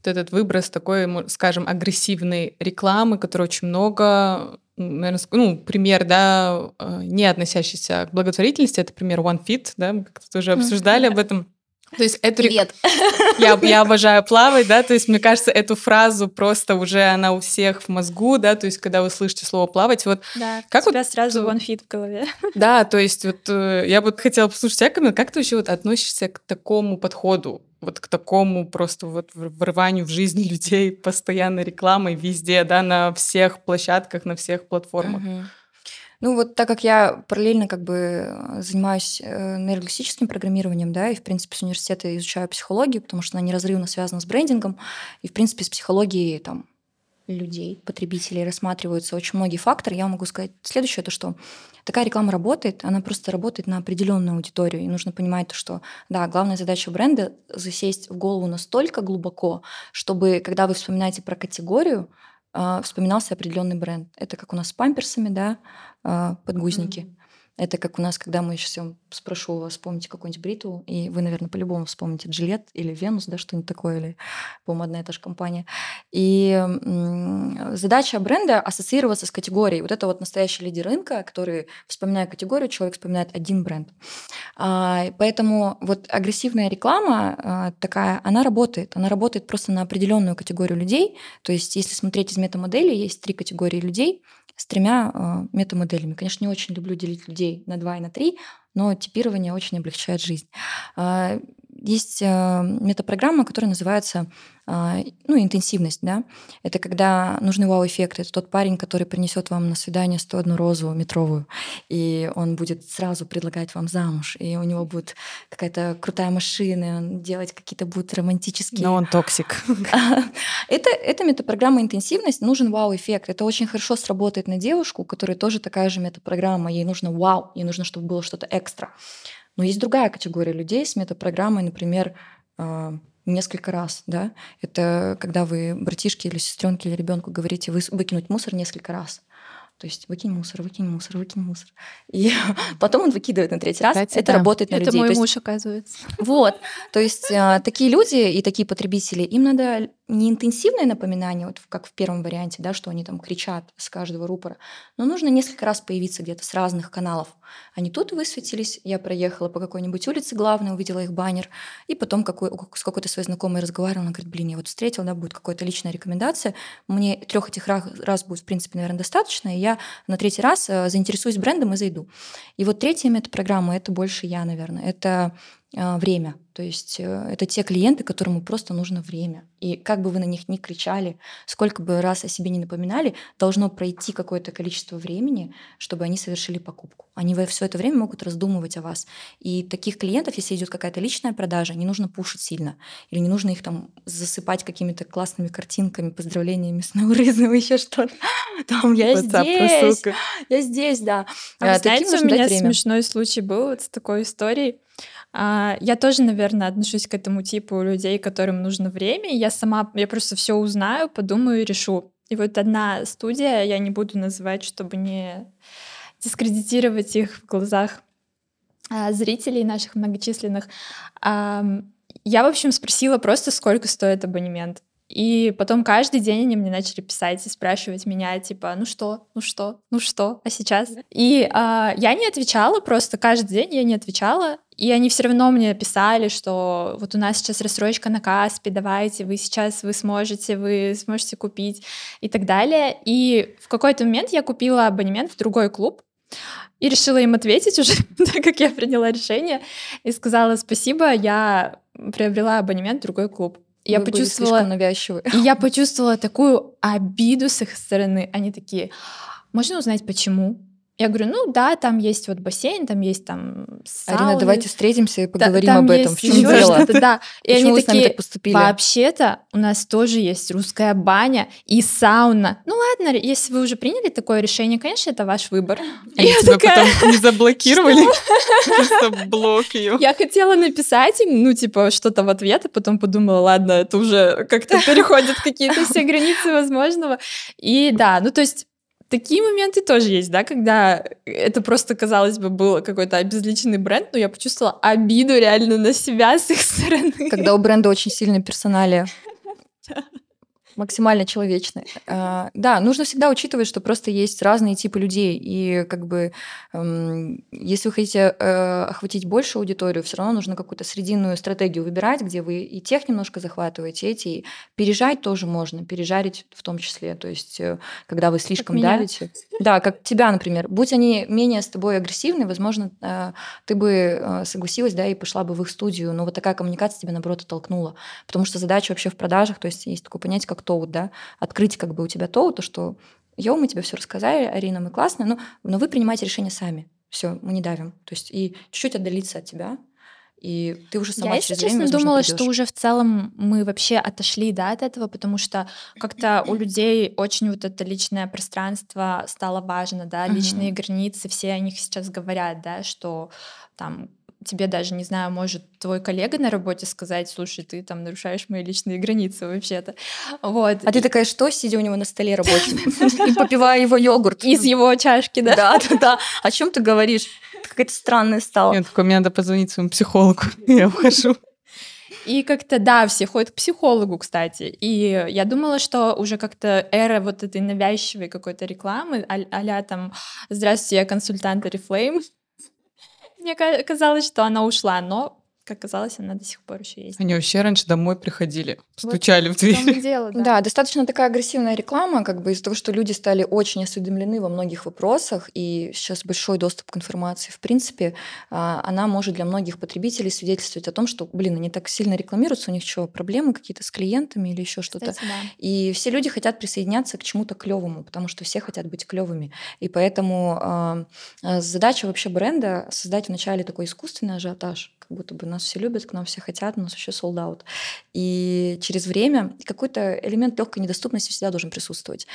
вот этот выброс такой, мо- скажем, агрессивной рекламы, которой очень много, наверное, ну, пример, да, э, не относящийся к благотворительности, это пример OneFit, да, мы как-то уже обсуждали об этом. То есть эту рек- Привет. я, я обожаю плавать, да, то есть мне кажется, эту фразу просто уже она у всех в мозгу, да, то есть когда вы слышите слово плавать, вот Да, как у тебя вот, сразу э, OneFit в голове. да, то есть вот э, я бы хотела послушать тебя, Камила, как ты вообще вот относишься к такому подходу, вот к такому просто вот в- врыванию в жизнь людей, постоянной рекламой везде, да, на всех площадках, на всех платформах? Мгм. Ну вот так как я параллельно как бы э, занимаюсь э, нейролингвистическим программированием, да, и в принципе с университета изучаю психологию, потому что она неразрывно связана с брендингом, и в принципе с психологией там людей, потребителей рассматриваются очень многие факторы, я могу сказать следующее, то что такая реклама работает, она просто работает на определенную аудиторию, и нужно понимать то, что да, главная задача бренда засесть в голову настолько глубоко, чтобы когда вы вспоминаете про категорию, а, вспоминался определенный бренд. Это как у нас с памперсами, да, а, подгузники. Мгм. Это как у нас, когда мы сейчас я вам спрошу у вас, вспомните какую-нибудь бритву, и вы, наверное, по-любому вспомните Джилет или Венус, да, что-нибудь такое, или, по-моему, одна и та же компания. И м, задача бренда ассоциироваться с категорией. Вот это вот настоящий лидер рынка, который, вспоминая категорию, человек вспоминает один бренд. А, Поэтому вот агрессивная реклама а, такая, она работает. Она работает просто на определенную категорию людей. То есть, если смотреть из метамодели, есть три категории людей с тремя а, метамоделями. Конечно, не очень люблю делить людей на два и на три, но типирование очень облегчает жизнь. А, Есть а, метапрограмма, которая называется а, ну, интенсивность. Да? Это когда нужный вау-эффект. Это тот парень, который принесет вам на свидание сто одну розу метровую, и он будет сразу предлагать вам замуж, и у него будет какая-то крутая машина, и он делать какие-то будут Но романтические... он токсик. Это, это метапрограмма интенсивность, нужен вау-эффект. Это очень хорошо сработает на девушку, у которой тоже такая же метапрограмма. Ей нужно вау, ей нужно, чтобы было что-то экстра. Но есть другая категория людей с метапрограммой, например, а, несколько раз, да. Это когда вы братишке или сестренке или ребенку говорите вы- выкинуть мусор несколько раз. То есть выкинь мусор, выкинь мусор, выкинь мусор. И потом он выкидывает на третий раз. Кстати, Это да. работает на Это людей. мой То есть муж, оказывается. вот, то есть а, такие люди и такие потребители, им надо не интенсивное напоминание, вот в- как в первом варианте, да, что они там кричат с каждого рупора, но нужно несколько раз появиться где-то с разных каналов. Они тут высветились, я проехала по какой-нибудь улице главной, увидела их баннер, и потом какой, у как- с какой-то своей знакомой разговаривала, она говорит, блин, я вот встретила, да, будет какая-то личная рекомендация, мне трех этих раз, раз будет, в принципе, наверное, достаточно, и я на третий раз э, заинтересуюсь брендом и зайду. И вот третья метапрограмма — это больше я, наверное, это а, время. То есть э, это те клиенты, которым просто нужно время. И как бы вы на них ни кричали, сколько бы раз о себе не напоминали, должно пройти какое-то количество времени, чтобы они совершили покупку. Они все это время могут раздумывать о вас. И таких клиентов, если идет какая-то личная продажа, не нужно пушить сильно. Или не нужно их там засыпать какими-то классными картинками, поздравлениями с Наурызом, еще что-то. Там я WhatsApp здесь, рассылка. я здесь, да. А вы Э, Таким знаете, у нужно дать меня время. смешной случай был вот с такой историей. А, Я тоже, наверное, отношусь к этому типу людей, которым нужно время. Я сама, я просто все узнаю, подумаю и решу. И вот одна студия, я не буду называть, чтобы не дискредитировать их в глазах а, зрителей наших многочисленных. Ам, Я, в общем, спросила просто, сколько стоит абонемент. И потом каждый день они мне начали писать и спрашивать меня, типа, ну что, ну что, ну что, а сейчас? И а, я не отвечала, просто каждый день я не отвечала. И они все равно мне писали, что вот у нас сейчас рассрочка на Каспи, давайте, вы сейчас, вы сможете, вы сможете купить и так далее. И в какой-то момент я купила абонемент в другой клуб, и решила им ответить уже, так как я приняла решение, и сказала спасибо, я приобрела абонемент в другой клуб. И я Вы были слишком почувствовала, навязчивы. и я почувствовала такую обиду с их стороны. Они такие, можно узнать, почему? Я говорю, ну да, там есть вот бассейн, там есть там сауны. Арина, давайте встретимся и Та- поговорим там об этом. есть В чем ещё дело? что-то, да. И Почему они вы с нами такие, так поступили? вообще-то у нас тоже есть русская баня и сауна. Ну ладно, если вы уже приняли такое решение, конечно, это ваш выбор. И Они я тебя такая, потом не заблокировали? Просто блок ее. я хотела написать им, ну, типа, что-то в ответ, а потом подумала, ладно, это уже как-то переходят какие-то все границы возможного. И да, ну, то есть такие моменты тоже есть, да, когда это просто, казалось бы, был какой-то обезличенный бренд, но я почувствовала обиду реально на себя с их стороны. Когда у бренда очень сильная персоналия. Максимально человечные. А, Да, нужно всегда учитывать, что просто есть разные типы людей. И как бы, эм, если вы хотите э, охватить большую аудиторию, все равно нужно какую-то срединную стратегию выбирать, где вы и тех немножко захватываете, эти. И пережать тоже можно, пережарить в том числе. То есть, э, когда вы Как слишком меня. давите. Да, как тебя, например. Будь они менее с тобой агрессивны, возможно, э, ты бы э, согласилась, да, и пошла бы в их студию. Но вот такая коммуникация тебя, наоборот, оттолкнула. Потому что задача вообще в продажах, то есть есть такое понятие, как тоут, да, открыть как бы у тебя тоут, то, что йоу, мы тебе все рассказали, Арина, мы классные, но, но вы принимаете решение сами. Все, мы не давим. То есть и чуть-чуть отдалиться от тебя, и ты уже Я, сама если через время, честно, возможно, думала, что придешь. уже в целом мы вообще отошли, да, от этого, потому что как-то у людей очень вот это личное пространство стало важно, да, личные Мгм. границы, все о них сейчас говорят, да, что там тебе даже, не знаю, может твой коллега на работе сказать, слушай, ты там нарушаешь мои личные границы вообще-то. Вот. А ты И- такая, что, сидя у него на столе рабочем и попивая его йогурт? Из его чашки, да. Да, да, да. О чем ты говоришь? Ты какая-то странная стала. Нет, такой, мне надо позвонить своему психологу. Я ухожу. И как-то, да, все ходят к психологу, кстати. И я думала, что уже как-то эра вот этой навязчивой какой-то рекламы, а- а-ля там «Здравствуйте, я консультант Oriflame». Мне ка- казалось, что она ушла, но, как оказалось, она до сих пор еще есть. Они вообще раньше домой приходили, Вот стучали в в том и дверь. дело, да. Да, достаточно такая агрессивная реклама, как бы из-за того, что люди стали очень осведомлены во многих вопросах, и сейчас большой доступ к информации, в принципе, а, она может для многих потребителей свидетельствовать о том, что, блин, они так сильно рекламируются, у них что, проблемы какие-то с клиентами или еще что-то. Кстати, да. И все люди хотят присоединяться к чему-то клевому, потому что все хотят быть клевыми. И поэтому а, а, задача вообще бренда создать вначале такой искусственный ажиотаж, как будто бы нас все любят, к нам все хотят, у нас вообще sold out. И через время какой-то элемент легкой недоступности всегда должен присутствовать.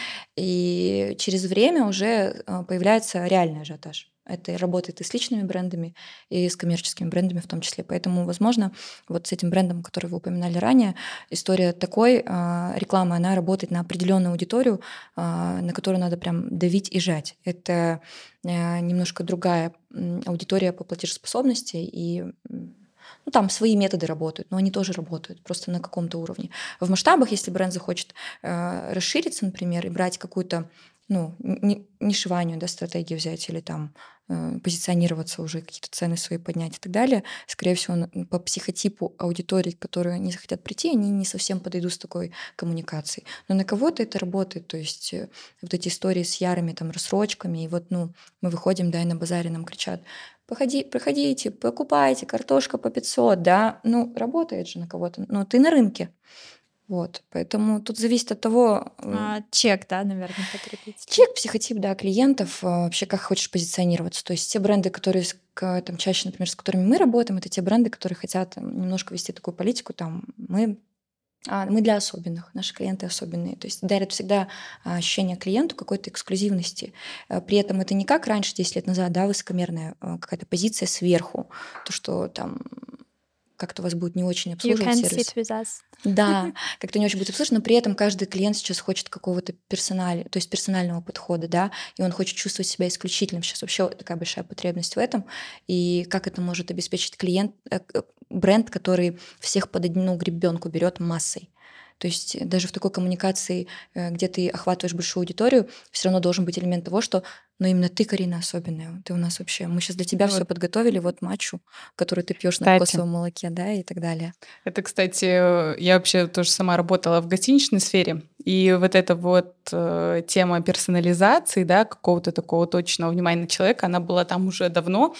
И через время уже а, появляется реальный ажиотаж. Это работает и с личными брендами, и с коммерческими брендами в том числе. Поэтому, возможно, вот с этим брендом, который вы упоминали ранее, история такой а, рекламы, она работает на определенную аудиторию, а, на которую надо прям давить и жать. Это а, немножко другая м, аудитория по платежеспособности, и м, ну, там свои методы работают, но они тоже работают, просто на каком-то уровне. В масштабах, если бренд захочет э, расшириться, например, и брать какую-то ну, ни- нишеванию, да, стратегию взять или там э, позиционироваться уже, какие-то цены свои поднять и так далее, скорее всего, на- по психотипу аудитории, к которой они захотят прийти, они не совсем подойдут с такой коммуникацией. Но на кого-то это работает, то есть э, вот эти истории с ярыми там рассрочками, и вот, ну, мы выходим, да, и на базаре нам кричат: Походи, проходите, покупайте, картошка по пятьсот, да, ну, работает же на кого-то, но ты на рынке, вот, поэтому тут зависит от того, э, А, чек, да, наверное, потребитель. чек, психотип, да, клиентов, а, вообще как хочешь позиционироваться, то есть те бренды, которые, с- к- там, чаще, например, с которыми мы работаем, это те бренды, которые хотят м, немножко вести такую политику, там, мы а, мы для особенных, наши клиенты особенные. То есть дарят всегда а, ощущение клиенту какой-то эксклюзивности. Э, При этом это не как раньше, десять лет назад, да, высокомерная а, какая-то позиция сверху, то, что там как-то вас будет не очень You обслуживать can сервис. sit with us. Да, как-то не очень будет обслуживать, но при этом каждый клиент сейчас хочет какого-то персоналя, то есть персонального подхода, да, и он хочет чувствовать себя исключительным. Сейчас вообще такая большая потребность в этом. И как это может обеспечить клиент, э, к- бренд, который всех под одну гребенку берет массой. То есть э, даже в такой коммуникации, э, где ты охватываешь большую аудиторию, все равно должен быть элемент того, что но именно ты, Карина, особенная. Ты у нас вообще. Мы сейчас для тебя Ну все вот, подготовили, вот матчу, который ты пьешь на кстати, кокосовом молоке, да, и так далее. это, кстати, э, я вообще тоже сама работала в гостиничной сфере, и вот эта вот э, тема персонализации, да, какого-то такого точного внимания на человека, она была там уже давно.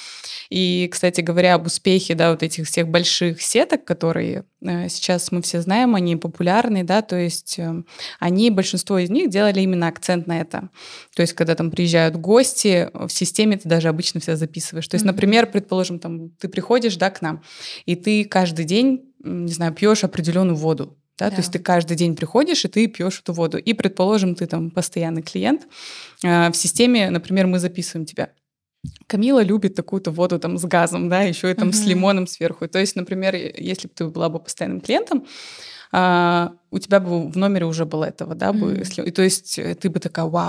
И, кстати говоря, об успехе, да, вот этих всех больших сеток, которые э, сейчас мы все знаем, они популярны, да, то есть э, они, большинство из них делали именно акцент на это. То есть когда там приезжают гости, в системе ты даже обычно все записываешь. То есть, Мгм. например, предположим, там ты приходишь, да, к нам, и ты каждый день, м, не знаю, пьешь определенную воду. Да, то есть ты Да. каждый день приходишь, и ты пьешь эту воду. И, предположим, ты там постоянный клиент. э, В системе, например, мы записываем тебя. Камила любит такую-то воду там с газом, да, еще и там с Мгм. лимоном сверху. То есть, например, е- если бы ты была бы постоянным клиентом, а, у тебя бы в номере уже было этого, да, бы, Мгм. если- и то есть э, ты бы такая, вау,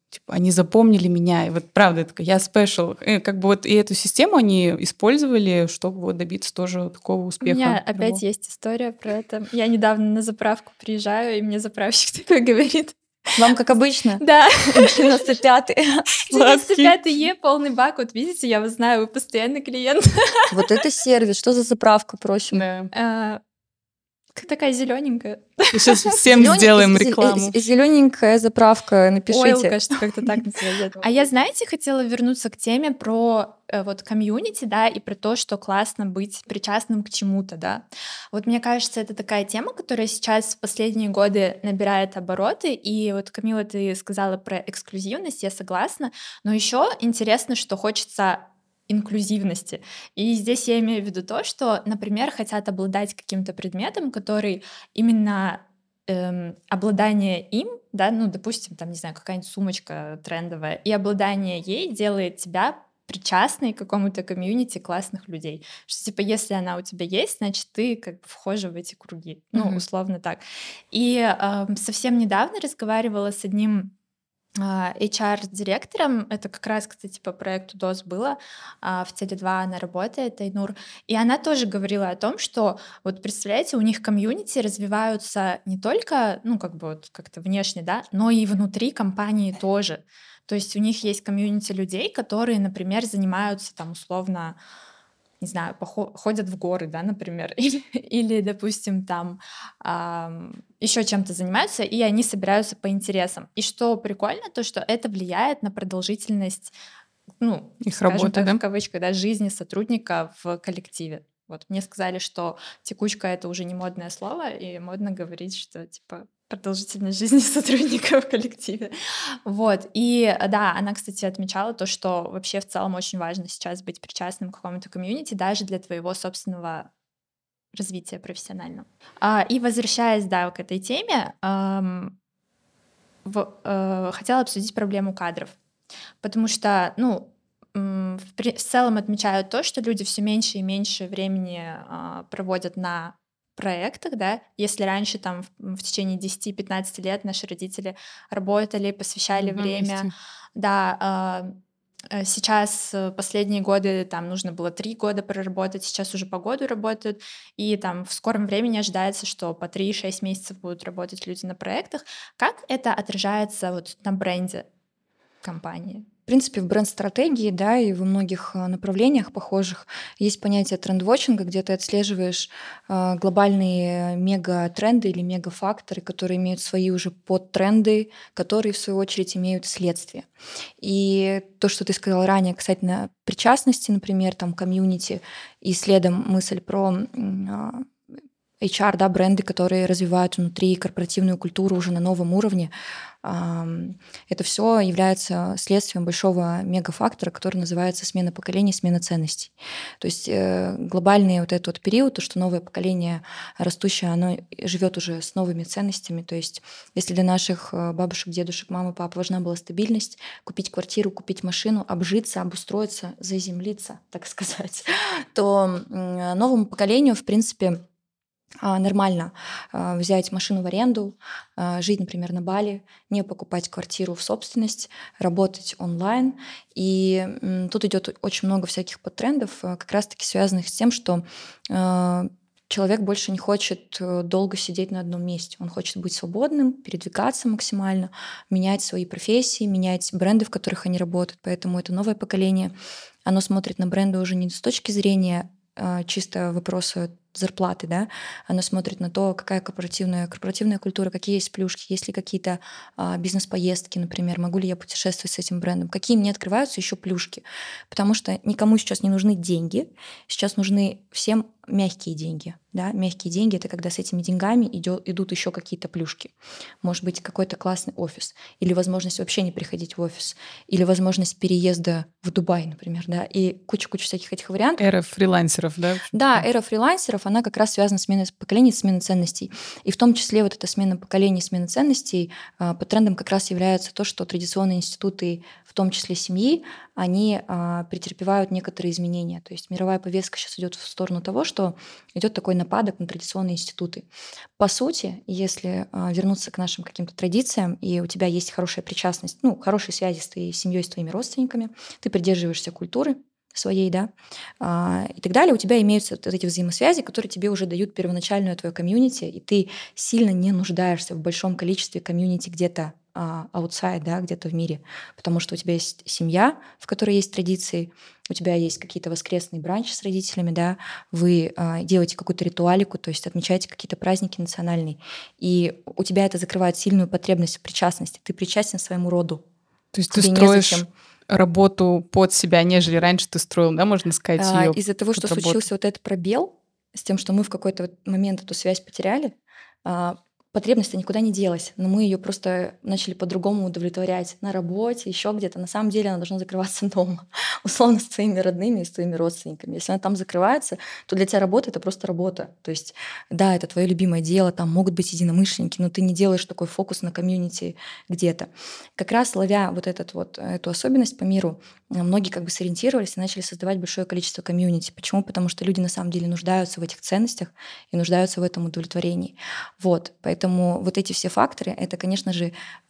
типа, они запомнили меня, и вот правда, я такая, я спешл. И как бы вот и эту систему они использовали, чтобы вот добиться тоже такого У успеха. меня опять моего. есть история про это. Я недавно на заправку приезжаю, и мне заправщик такой говорит: Вам как обычно? да, девяносто пятый. девяносто Сладкий. пятый Е, полный бак. Вот видите, я вас знаю, вы постоянный клиент. Вот это сервис. Что за заправка, просим? Да. А, к- Такая зелененькая. Сейчас всем Зелёне- сделаем зе- зе- рекламу. зе- Зелененькая заправка, Ойл, напишите. кажется, как-то так называется. А я, знаете, хотела вернуться к теме про э, вот комьюнити, да, и про то, что классно быть причастным к чему-то, да. Вот мне кажется, это такая тема, которая сейчас в последние годы набирает обороты, и вот, Камила, ты сказала про эксклюзивность, я согласна, но еще интересно, что хочется инклюзивности. И здесь я имею в виду то, что, например, хотят обладать каким-то предметом, который именно эм, обладание им, да, ну, допустим, там, не знаю, какая-нибудь сумочка трендовая, и обладание ей делает тебя причастной к какому-то комьюнити классных людей. Что, типа, если она у тебя есть, значит, ты как бы вхожа в эти круги. Ну, Мгм. условно так. И эм, совсем недавно разговаривала с одним а, эйч ар-директором, это как раз, кстати, по проекту ДОС было, а, в Теле два она работает, Айнур, и она тоже говорила о том, что, вот представляете, у них комьюнити развиваются не только, ну, как бы вот как-то внешне, да, но и внутри компании тоже. То есть у них есть комьюнити людей, которые, например, занимаются там условно, не знаю, похо- ходят в горы, да, например, или, или, допустим, там еще чем-то занимаются, и они собираются по интересам. И что прикольно, то, что это влияет на продолжительность, ну, Их скажем работы, так, в да? кавычках, да, жизни сотрудника в коллективе. Вот мне сказали, что текучка — это уже не модное слово, и модно говорить, что, типа, продолжительность жизни сотрудника в коллективе. Вот, и да, она, кстати, отмечала то, что вообще в целом очень важно сейчас быть причастным к какому-то комьюнити, даже для твоего собственного развития профессионального. А, и возвращаясь, да, к этой теме, ам, в- э, хотела обсудить проблему кадров, потому что, ну, м, в, при- в целом отмечают то, что люди все меньше и меньше времени а, проводят на проектах, да, если раньше там в, в течение десяти-пятнадцати лет наши родители работали, посвящали В одном время, месте. да, а, э, сейчас э, последние годы там нужно было три года проработать, сейчас уже по году работают, и там в скором времени ожидается, что по три-шесть месяцев будут работать люди на проектах. Как это отражается вот на бренде компании? В принципе, в бренд-стратегии, да, и во многих а, направлениях похожих есть понятие тренд-вотчинга, где ты отслеживаешь а, глобальные мега-тренды или мега-факторы, которые имеют свои уже подтренды, которые, в свою очередь, имеют следствие. И то, что ты сказала ранее касательно причастности, например, там, комьюнити, и следом мысль про м, а, эйч ар, да, бренды, которые развивают внутри корпоративную культуру уже на новом уровне. Ам, Это все является следствием большого мегафактора, который называется смена поколений, смена ценностей. То есть э, глобальный вот этот вот период, то, что новое поколение растущее, оно живет уже с новыми ценностями. То есть если для наших э, бабушек, дедушек, мамы, пап важна была стабильность, купить квартиру, купить машину, обжиться, обустроиться, заземлиться, так сказать, то м, новому поколению, в принципе, а, нормально а, взять машину в аренду, а, жить, например, на Бали, не покупать квартиру в собственность, работать онлайн. И м, тут идет очень много всяких подтрендов, а, как раз-таки связанных с тем, что а, человек больше не хочет э, долго сидеть на одном месте. Он хочет быть свободным, передвигаться максимально, менять свои профессии, менять бренды, в которых они работают. Поэтому это новое поколение, оно смотрит на бренды уже не с точки зрения а, чисто вопроса зарплаты, да, оно смотрит на то, какая корпоративная, корпоративная культура, какие есть плюшки, есть ли какие-то а, бизнес-поездки, например, могу ли я путешествовать с этим брендом, какие мне открываются еще плюшки, потому что никому сейчас не нужны деньги, сейчас нужны всем мягкие деньги, да, мягкие деньги — это когда с этими деньгами идё- идут еще какие-то плюшки, может быть, какой-то классный офис, или возможность вообще не приходить в офис, или возможность переезда в Дубай, например, да, и куча-куча всяких этих вариантов. Эра фрилансеров, да? в общем-то? Да, эра фрилансеров, она как раз связана с сменой поколений, сменой ценностей. И в том числе вот эта смена поколений, смена ценностей, а, по трендам как раз является то, что традиционные институты, в том числе семьи, они а, претерпевают некоторые изменения. То есть мировая повестка сейчас идет в сторону того, что что идет такой нападок на традиционные институты. По сути, если а, вернуться к нашим каким-то традициям, и у тебя есть хорошая причастность, ну, хорошие связи с твоей семьей, с твоими родственниками, ты придерживаешься культуры своей, да, а, и так далее, у тебя имеются вот эти взаимосвязи, которые тебе уже дают первоначальную твою комьюнити, и ты сильно не нуждаешься в большом количестве комьюнити где-то а, outside, да, где-то в мире, потому что у тебя есть семья, в которой есть традиции, у тебя есть какие-то воскресные бранчи с родителями, да, вы а, делаете какую-то ритуалику, то есть отмечаете какие-то праздники национальные, и у тебя это закрывает сильную потребность в причастности, ты причастен своему роду. То есть ты Тебе строишь незачем. работу под себя, нежели раньше ты строил, да, можно сказать, А, ее Из-за того, под что работу. случился вот этот пробел с тем, что мы в какой-то вот момент эту связь потеряли, а, потребность-то никуда не делась, но мы ее просто начали по-другому удовлетворять на работе, еще где-то. На самом деле она должна закрываться дома, условно, с твоими родными и с твоими родственниками. Если она там закрывается, то для тебя работа — это просто работа. То есть, да, это твое любимое дело, там могут быть единомышленники, но ты не делаешь такой фокус на комьюнити где-то. Как раз ловя вот, этот вот эту особенность по миру, а, многие как бы сориентировались и начали создавать большое количество комьюнити. Почему? Потому что люди на самом деле нуждаются в этих ценностях и нуждаются в этом удовлетворении. Вот, поэтому вот эти все факторы, это, конечно же,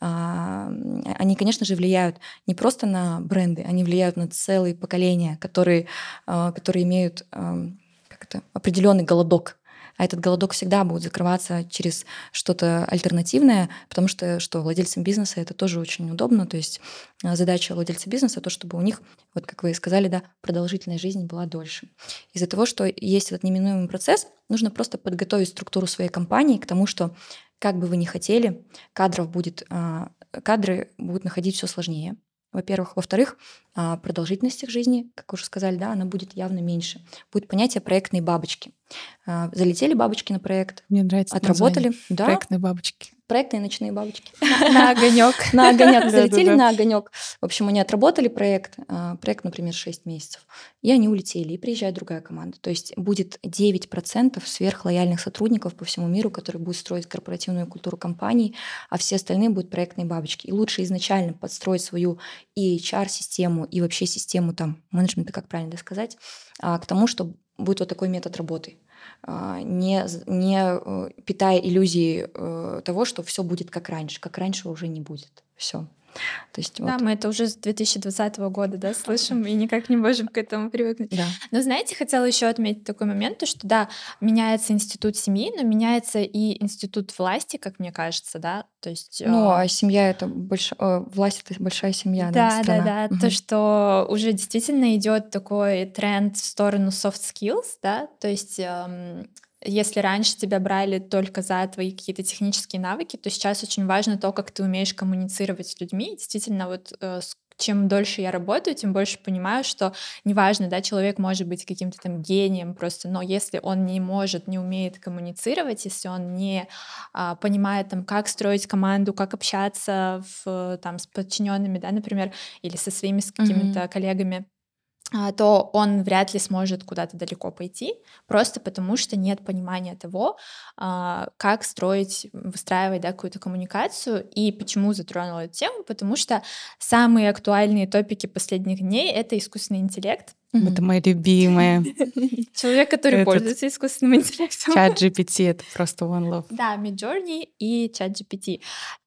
а, они, конечно же, влияют не просто на бренды, они влияют на целые поколения, которые, а, которые имеют а, как это, определенный голодок. А этот голодок всегда будет закрываться через что-то альтернативное, потому что, что владельцам бизнеса это тоже очень удобно. То есть а, задача владельца бизнеса то, чтобы у них, вот как вы и сказали, да, продолжительность жизни была дольше. Из-за того, что есть этот неминуемый процесс, нужно просто подготовить структуру своей компании к тому, что как бы вы ни хотели, кадров будет, а, кадры будут находить все сложнее. Во-первых. Во-вторых, а, продолжительность их жизни, как уже сказали, да, она будет явно меньше. Будет понятие проектные бабочки. А, Залетели бабочки на проект, Мне нравится название. отработали, да, Проектные бабочки. проектные ночные бабочки. На огонек. На огонек Да, залетели, да, да. на огонек. В общем, они отработали проект, а, проект, например, шесть месяцев, и они улетели, и приезжает другая команда. То есть будет девять процентов сверхлояльных сотрудников по всему миру, которые будут строить корпоративную культуру компании, а все остальные будут проектные бабочки. И лучше изначально подстроить свою и эйч ар-систему, и вообще систему там менеджмента, как правильно это сказать, а, к тому, что будет вот такой метод работы. А, не, з- не э, питая иллюзии э, того, что все будет как раньше. Как раньше уже не будет. Все. То есть Да, вот, мы это уже с две тысячи двадцатого года, да, слышим и никак не можем к этому привыкнуть. да. Но знаете, хотела еще отметить такой момент, то что да, меняется институт семьи, но меняется и институт власти, как мне кажется, да, то есть Ну, э, а семья это больш... э, власть это большая семья, да, да, да, страна. да, то, Мгм. что уже действительно идет такой тренд в сторону soft skills, да, то есть эм, если раньше тебя брали только за твои какие-то технические навыки, то сейчас очень важно то, как ты умеешь коммуницировать с людьми. И действительно, вот э, с- чем дольше я работаю, тем больше понимаю, что неважно, да, человек может быть каким-то там гением просто, но если он не может, не умеет коммуницировать, если он не а, понимает там, как строить команду, как общаться в, там, с подчиненными, да, например, или со своими с Мгм. какими-то коллегами, а, то он вряд ли сможет куда-то далеко пойти, просто потому что нет понимания того, а, как строить, выстраивать, да, какую-то коммуникацию. И почему затронула эту тему? Потому что самые актуальные топики последних дней — это искусственный интеллект. Мгм. Это моя любимая. Человек, который Этот пользуется искусственным интеллектом. чат джи пи ти — это просто one love. Да, Midjourney и ChatGPT.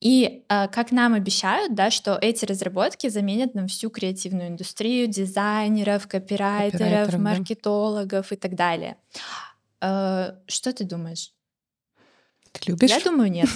И э, как нам обещают, да, что эти разработки заменят нам всю креативную индустрию, дизайнеров, копирайтеров, Копирайтеров, да. маркетологов и так далее. Э, что ты думаешь? Ты любишь Я думаю, нет.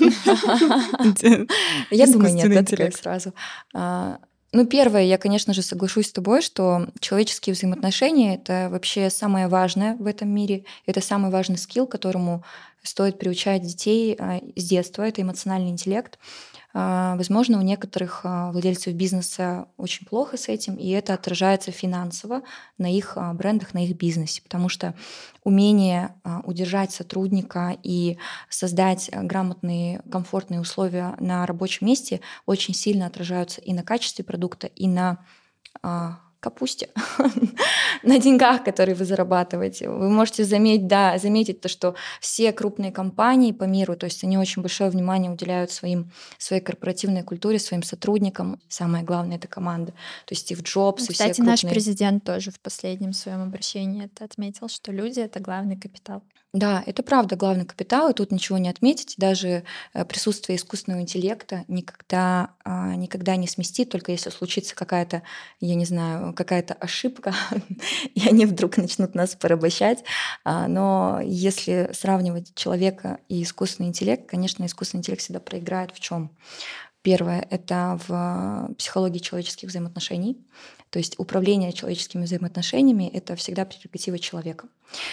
Я думаю, нет, искусственный да, такая интеллект? сразу. А, Ну, первое, я, конечно же, соглашусь с тобой, что человеческие взаимоотношения — это вообще самое важное в этом мире. Это самый важный скилл, которому стоит приучать детей а, с детства. Это эмоциональный интеллект. А, Возможно, у некоторых а, владельцев бизнеса очень плохо с этим, и это отражается финансово на их а, брендах, на их бизнесе, потому что умение а, удержать сотрудника и создать а, грамотные, комфортные условия на рабочем месте очень сильно отражаются и на качестве продукта, и на а, капусте, на деньгах, которые вы зарабатываете. Вы можете заметить, да, заметить то, что все крупные компании по миру, то есть они очень большое внимание уделяют своим, своей корпоративной культуре, своим сотрудникам. Самое главное — это команда. То есть Стив Джобс и все Кстати, наш крупные... президент тоже в последнем своем обращении это отметил, что люди — это главный капитал. Да, это правда главный капитал, и тут ничего не отметить. Даже э, присутствие искусственного интеллекта никогда, а, никогда не сместит, только если случится какая-то, я не знаю, какая-то ошибка, и они вдруг начнут нас порабощать. А, Но если сравнивать человека и искусственный интеллект, конечно, искусственный интеллект всегда проиграет в чем? Первое — это в психологии человеческих взаимоотношений. То есть управление человеческими взаимоотношениями — это всегда прерогатива человека.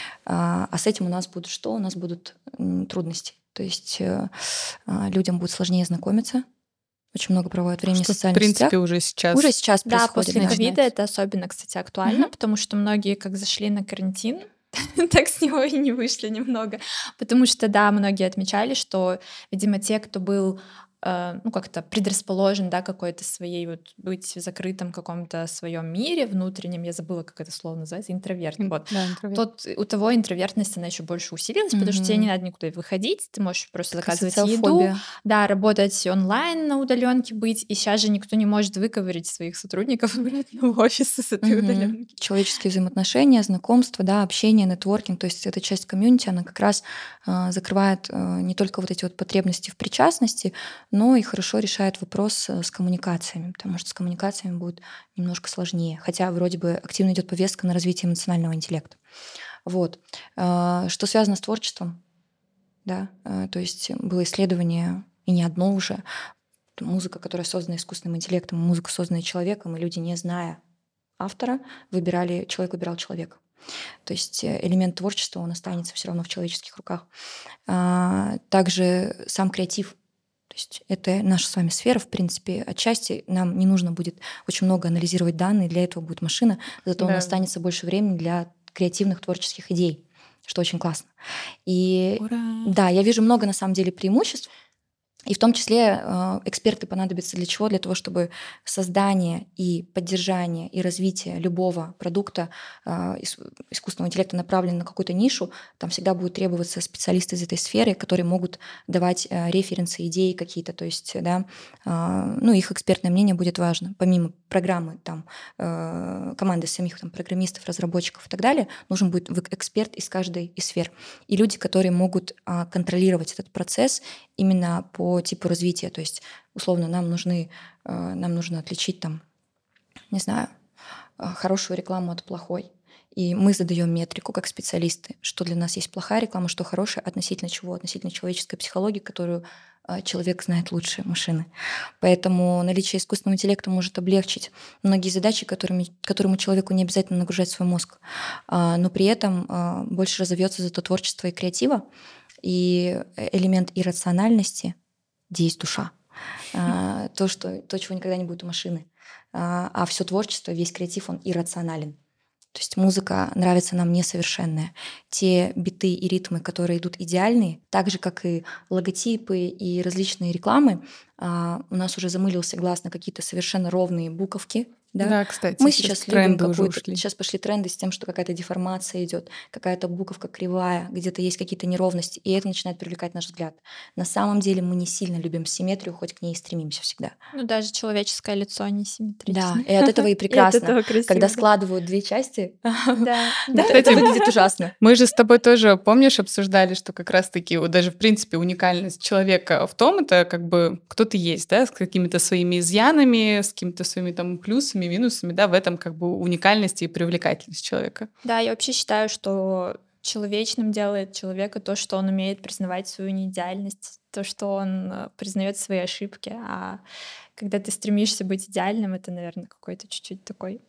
А а с этим у нас будут что? У нас будут м, трудности. То есть э, а, людям будет сложнее знакомиться, очень много проводят времени в Что, в социальных сетях. принципе, уже сейчас... Уже сейчас Да, происходит. после Да. ковида это особенно, кстати, актуально, Мгм. потому что многие как зашли на карантин, так с него и не вышли немного. Потому что, да, многие отмечали, что, видимо, те, кто был э, ну, как-то предрасположен, да, какой-то своей вот быть в закрытом каком-то своем мире внутреннем, я забыла, как это слово называется, интроверт, Ин- вот. Да, интроверт. Тот, у того интровертность, она еще больше усилилась, потому что тебе не Мгм. надо никуда выходить, ты можешь просто Такая заказывать еду, социофобия. да, работать онлайн на удаленке быть, и сейчас же никто не может выковырить своих сотрудников обратно в офис с этой Мгм. удаленки. Человеческие взаимоотношения, знакомства, да, общение, нетворкинг. То есть эта часть комьюнити, она как раз а, закрывает а, не только вот эти вот потребности в причастности, но и хорошо решает вопрос а, с коммуникациями, потому что с коммуникациями будет немножко сложнее. Хотя вроде бы активно идет повестка на развитие эмоционального интеллекта. Вот. А, Что связано с творчеством, да, а, то есть было исследование, и не одно уже, музыка, которая создана искусственным интеллектом, музыка, созданная человеком, и люди, не зная автора, выбирали, человек выбирал человека. То есть э, элемент творчества, он останется все равно в человеческих руках. А, Также сам креатив. То есть это наша с вами сфера, в принципе, отчасти нам не нужно будет очень много анализировать данные, для этого будет машина, зато у нас Да. останется больше времени для креативных творческих идей, что очень классно. И Ура! да, я вижу много на самом деле преимуществ, и в том числе э, эксперты понадобятся для чего? Для того, чтобы создание и поддержание и развитие любого продукта э, ис- искусственного интеллекта направлено на какую-то нишу, там всегда будут требоваться специалисты из этой сферы, которые могут давать э, референсы, идеи какие-то, то есть, да, э, ну, их экспертное мнение будет важно. Помимо программы, там, э, команды самих там, программистов, разработчиков и так далее, нужен будет в- эксперт из каждой из сфер. И люди, которые могут а, контролировать этот процесс именно по типу развития. То есть, условно, нам нужны, э, нам нужно отличить там, не знаю, э, хорошую рекламу от плохой. И мы задаем метрику как специалисты, что для нас есть плохая реклама, что хорошая, относительно чего, относительно человеческой психологии, которую э, человек знает лучше машины. Поэтому наличие искусственного интеллекта может облегчить многие задачи, которыми, которому человеку не обязательно нагружать свой мозг. А, но при этом а, больше разовьется зато творчество и креатива, и э, элемент иррациональности, где есть душа. А, То, что, то, чего никогда не будет у машины. А, а все творчество, весь креатив, он иррационален. То есть музыка нравится нам несовершенная. Те биты и ритмы, которые идут идеальные, так же, как и логотипы и различные рекламы, а, у нас уже замылился глаз на какие-то совершенно ровные буковки. Да? Да, кстати, Мы сейчас сейчас любим тренды уже какую-то... ушли. Сейчас пошли тренды с тем, что какая-то деформация идет, какая-то буковка кривая, где-то есть какие-то неровности, и это начинает привлекать наш взгляд. На самом деле мы не сильно любим симметрию, хоть к ней и стремимся всегда. Ну, даже человеческое лицо Да, несимметрично. и от этого и И от прекрасно. этого Когда красиво. складывают две части, Да, да, да. это Кстати, выглядит ужасно. мы же с тобой тоже, помнишь, обсуждали, что как раз-таки вот даже, в принципе, уникальность человека в том, это как бы кто ты есть, да, с какими-то своими изъянами, с какими-то своими там плюсами, минусами, да, в этом как бы уникальность и привлекательность человека. Да, я вообще считаю, что человечным делает человека то, что он умеет признавать свою неидеальность, то, что он э, признает свои ошибки. А когда ты стремишься быть идеальным, это, наверное, какой-то чуть-чуть такой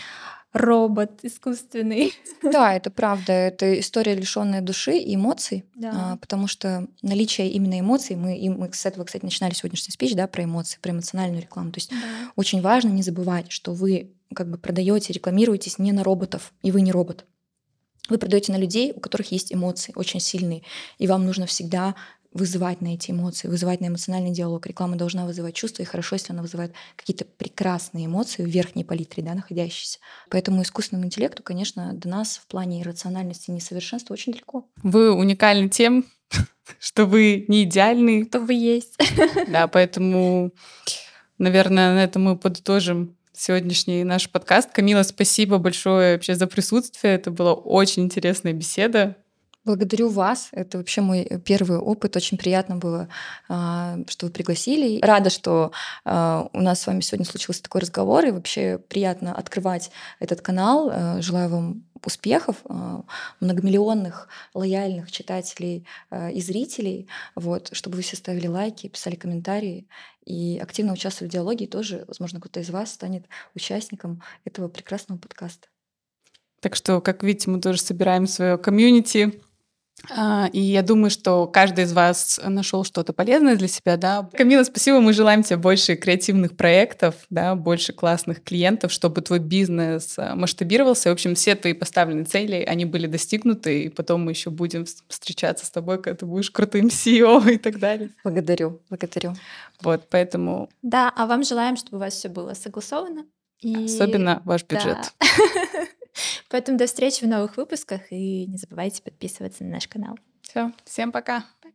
робот искусственный. Да, это правда. Это история, лишенная души и эмоций, Да. а, потому что наличие именно эмоций, мы, и мы с этого, кстати, начинали сегодняшний спич, да, про эмоции, про эмоциональную рекламу. То есть Да. очень важно не забывать, что вы как бы продаете, рекламируетесь не на роботов, и вы не робот. Вы продаете на людей, у которых есть эмоции очень сильные, и вам нужно всегда вызывать на эти эмоции, вызывать на эмоциональный диалог. Реклама должна вызывать чувства, и хорошо, если она вызывает какие-то прекрасные эмоции в верхней палитре, да, находящиеся. Поэтому искусственному интеллекту, конечно, до нас в плане рациональности и несовершенства очень далеко. Вы уникальны тем, что вы не идеальны. Кто вы есть. Да, поэтому, наверное, на этом мы подытожим сегодняшний наш подкаст. Камила, спасибо большое вообще за присутствие. Это была очень интересная беседа. Благодарю вас. Это вообще мой первый опыт. Очень приятно было, а, что вы пригласили. Рада, что а, у нас с вами сегодня случился такой разговор. И вообще приятно открывать этот канал. А, Желаю вам успехов, а, многомиллионных лояльных читателей а, и зрителей, вот, чтобы вы все ставили лайки, писали комментарии и активно участвовали в диалоге. И тоже, возможно, кто-то из вас станет участником этого прекрасного подкаста. Так что, как видите, мы тоже собираем свое комьюнити. А, И я думаю, что каждый из вас нашел что-то полезное для себя, да. Камила, спасибо. Мы желаем тебе больше креативных проектов, да, больше классных клиентов, чтобы твой бизнес а, масштабировался. В общем, все твои поставленные цели, они были достигнуты, и потом мы еще будем вс- встречаться с тобой, когда ты будешь крутым си и о и так далее. Благодарю, благодарю. Вот, поэтому Да, а вам желаем, чтобы у вас все было согласовано. И особенно ваш да. бюджет. Поэтому до встречи в новых выпусках и не забывайте подписываться на наш канал. Все, всем пока.